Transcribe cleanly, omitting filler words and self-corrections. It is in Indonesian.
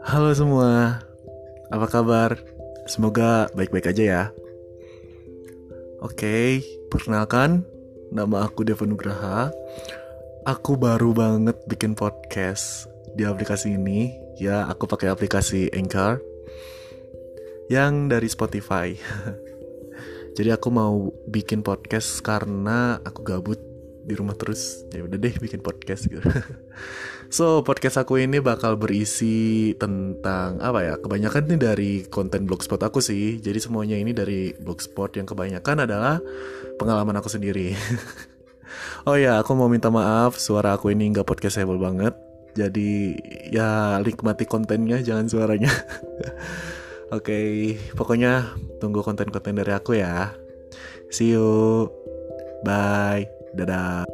Halo semua, apa kabar? Semoga baik-baik aja ya. Oke, perkenalkan, nama aku Deva Nugraha. Aku baru banget bikin podcast di aplikasi ini. Ya, aku pakai aplikasi Anchor yang dari Spotify. Jadi aku mau bikin podcast karena aku gabut di rumah terus. Ya udah deh bikin podcast gitu. So, podcast aku ini bakal berisi tentang apa ya? Kebanyakan nih dari konten blogspot aku sih. Jadi semuanya ini dari blogspot yang kebanyakan adalah pengalaman aku sendiri. Oh ya, aku mau minta maaf suara aku ini nggak podcastable banget. Jadi ya nikmati kontennya, jangan suaranya. Oke, pokoknya tunggu konten-konten dari aku ya. See you. Bye. Dadah.